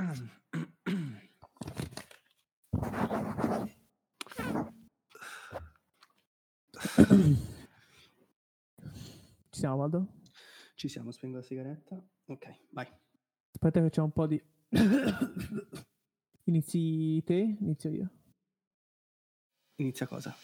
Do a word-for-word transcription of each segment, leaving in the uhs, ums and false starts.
Ci siamo, Valdo? Ci siamo, spengo la sigaretta. Ok, vai. Aspetta che c'è un po' di... Inizi te? Inizio io. Inizia cosa?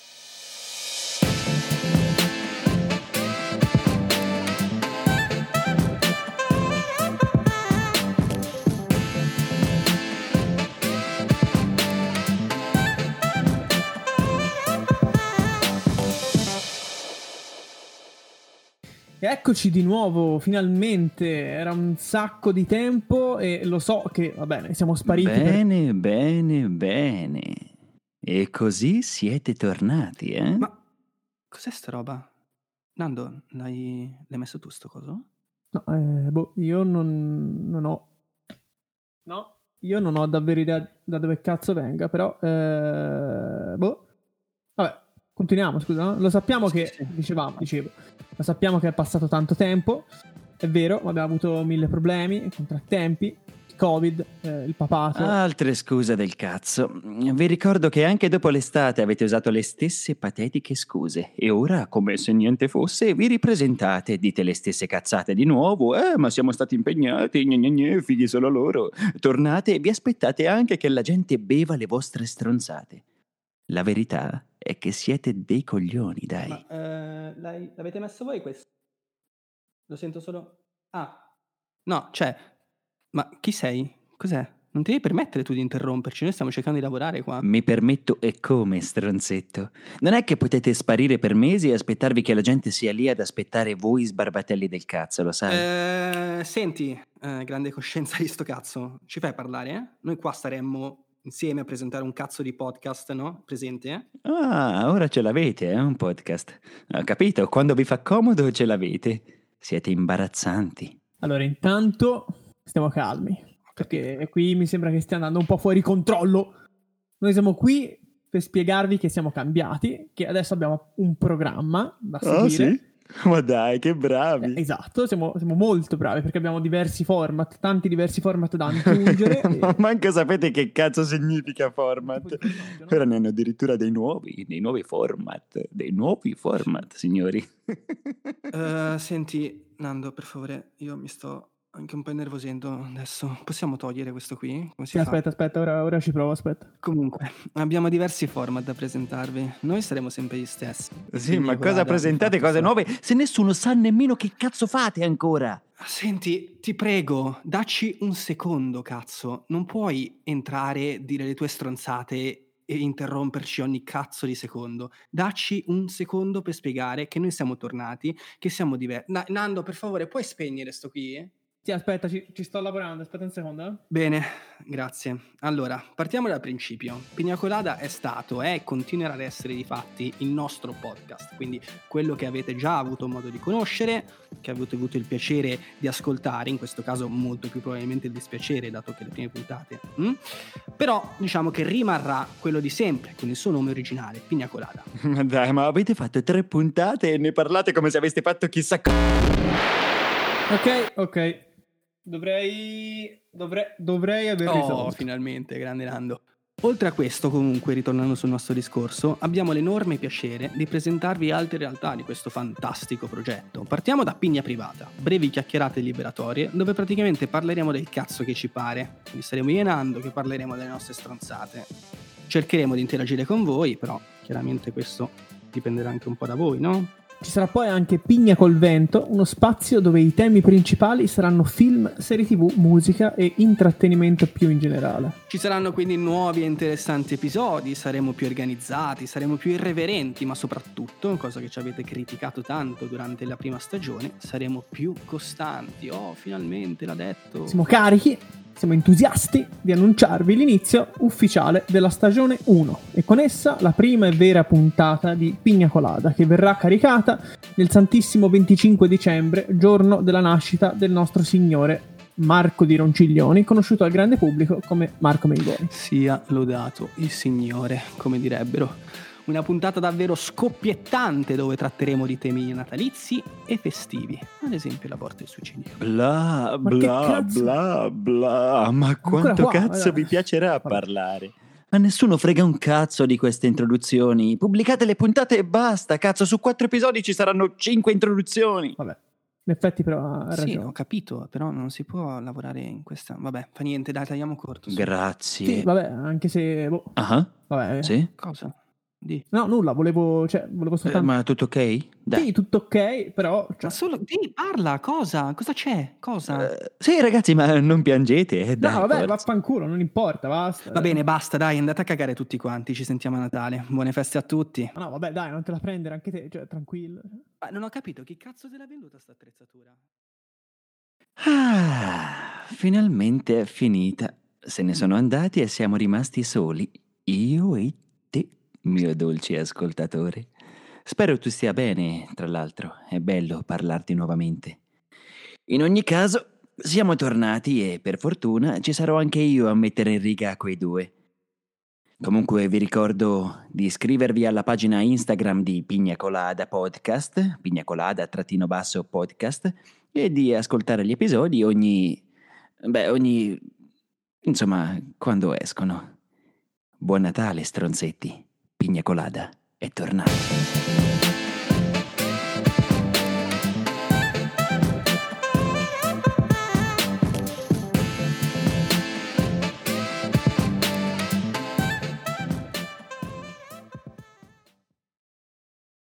Eccoci di nuovo, finalmente. Era un sacco di tempo e lo so che, va bene, siamo spariti. Bene, per... bene, bene. E così siete tornati, eh? Ma cos'è sta roba? Nando, l'hai, l'hai messo tu sto coso? No, eh, boh, io non, non ho... No, io non ho davvero idea da dove cazzo venga, però... Eh, boh. Vabbè, continuiamo, scusa. No? Lo sappiamo Sì, che... sì. Dicevamo, dicevo. Lo sappiamo che è passato tanto tempo. È vero, abbiamo avuto mille problemi, contrattempi, il Covid, eh, il papato. Altre scuse del cazzo. Vi ricordo che anche dopo l'estate avete usato le stesse patetiche scuse e ora, come se niente fosse, vi ripresentate e dite le stesse cazzate di nuovo. Eh, ma siamo stati impegnati, gne gne gne, figli solo loro. Tornate e vi aspettate anche che la gente beva le vostre stronzate. La verità è che siete dei coglioni, dai. Ma eh, l'hai, l'avete messo voi questo? Lo sento solo... Ah, no, cioè... Ma chi sei? Cos'è? Non ti devi permettere tu di interromperci, noi stiamo cercando di lavorare qua. Mi permetto e come, stronzetto? Non è che potete sparire per mesi e aspettarvi che la gente sia lì ad aspettare voi sbarbatelli del cazzo, lo sai? Eh, senti, eh, grande coscienza di sto cazzo, ci fai parlare, eh? Noi qua staremmo insieme a presentare un cazzo di podcast, no? Presente, eh? Ah, ora ce l'avete, eh, un podcast. Ho capito, quando vi fa comodo ce l'avete. Siete imbarazzanti. Allora, intanto stiamo calmi, perché qui mi sembra che stia andando un po' fuori controllo. Noi siamo qui per spiegarvi che siamo cambiati, che adesso abbiamo un programma da seguire. Ah, sì? Ma dai, che bravi. Eh, esatto, siamo, siamo molto bravi perché abbiamo diversi format, tanti diversi format da aggiungere. Ma e... manco sapete che cazzo significa format. Ora ne hanno addirittura dei nuovi, dei nuovi format, dei nuovi format, signori. Uh, senti, Nando, per favore, io mi sto anche un po' innervosendo adesso. Possiamo togliere questo qui? Come si Sì, fa? aspetta, aspetta, ora, ora ci provo, aspetta. Comunque, abbiamo diversi format da presentarvi. Noi saremo sempre gli stessi. Sì, Quindi ma Colada, cosa presentate infatti, cose so- nuove se nessuno sa nemmeno che cazzo fate ancora? Senti, ti prego, dacci un secondo, cazzo. Non puoi entrare, dire le tue stronzate e interromperci ogni cazzo di secondo. Dacci un secondo per spiegare che noi siamo tornati, che siamo diversi. Nando, per favore, puoi spegnere sto qui? Sì, aspetta, ci, ci sto lavorando, aspetta un secondo. Eh. Bene, grazie. Allora, partiamo dal principio. Pina Colada è stato, è e continuerà ad essere di fatti il nostro podcast, quindi quello che avete già avuto modo di conoscere, che avete avuto il piacere di ascoltare, in questo caso molto più probabilmente il dispiacere, dato che le prime puntate. Hm? Però diciamo che rimarrà quello di sempre, con il suo nome originale, Pina Colada. Ma dai, ma avete fatto tre puntate e ne parlate come se aveste fatto chissà cosa. Ok, ok. Dovrei... Dovrei, dovrei aver Oh, risolto. finalmente, grande Nando. Oltre a questo, comunque, ritornando sul nostro discorso, abbiamo l'enorme piacere di presentarvi altre realtà di questo fantastico progetto. Partiamo da Pigna Privata, brevi chiacchierate liberatorie, dove praticamente parleremo del cazzo che ci pare. Quindi saremo io e Nando che parleremo delle nostre stronzate. Cercheremo di interagire con voi, però chiaramente questo dipenderà anche un po' da voi, no? Ci sarà poi anche Pigna col Vento, uno spazio dove i temi principali saranno film, serie tv, musica e intrattenimento più in generale. Ci saranno quindi nuovi e interessanti episodi, saremo più organizzati, saremo più irreverenti, ma soprattutto, cosa che ci avete criticato tanto durante la prima stagione, saremo più costanti. Oh, finalmente l'ha detto. Siamo carichi, siamo entusiasti di annunciarvi l'inizio ufficiale della stagione uno e con essa la prima e vera puntata di Pigna Colada, che verrà caricata nel santissimo venticinque dicembre, giorno della nascita del nostro signore Marco di Ronciglioni, conosciuto al grande pubblico come Marco Mengoni. Sia lodato il Signore, come direbbero. Una puntata davvero scoppiettante dove tratteremo di temi natalizi e festivi, ad esempio la porta del suicidio. Bla Ma che bla cazzo? bla bla, ma Ancora quanto qua, cazzo vabbè. vi piacerà Vabbè. parlare? A nessuno frega un cazzo di queste introduzioni. Pubblicate le puntate e basta, cazzo, su quattro episodi ci saranno cinque introduzioni. Vabbè, in effetti però ha Sì, ragione. ho capito, però non si può lavorare in questa... Vabbè, fa niente, dai, tagliamo corto. su. Grazie. Sì, vabbè, anche se... boh, Ah, vabbè. sì? Cosa? Di. No, nulla, volevo... Cioè, volevo Eh, soltanto... ma tutto ok? Dai. Sì, tutto ok, però... Cioè, Ma solo... Di, parla, cosa? Cosa c'è? Cosa? Eh, sì, ragazzi, ma non piangete, eh, no, dai, vabbè, forza. vaffanculo, non importa, basta. Va bene, basta, dai, andate a cagare tutti quanti, ci sentiamo a Natale. Buone feste a tutti. Ma no, vabbè, dai, non te la prendere anche te, cioè, tranquillo. Ma non ho capito, chi cazzo te l'ha venduta sta attrezzatura? Ah, finalmente è finita. Se ne sono andati e siamo rimasti soli, io e te, mio dolce ascoltatore. Spero tu stia bene, tra l'altro, è bello parlarti nuovamente. In ogni caso, siamo tornati e per fortuna ci sarò anche io a mettere in riga quei due. Comunque vi ricordo di iscrivervi alla pagina Instagram di Pigna Colada Podcast, Pigna Colada trattino basso podcast, e di ascoltare gli episodi ogni... beh, ogni... insomma, quando escono. Buon Natale, stronzetti. Pigna Colada è tornato.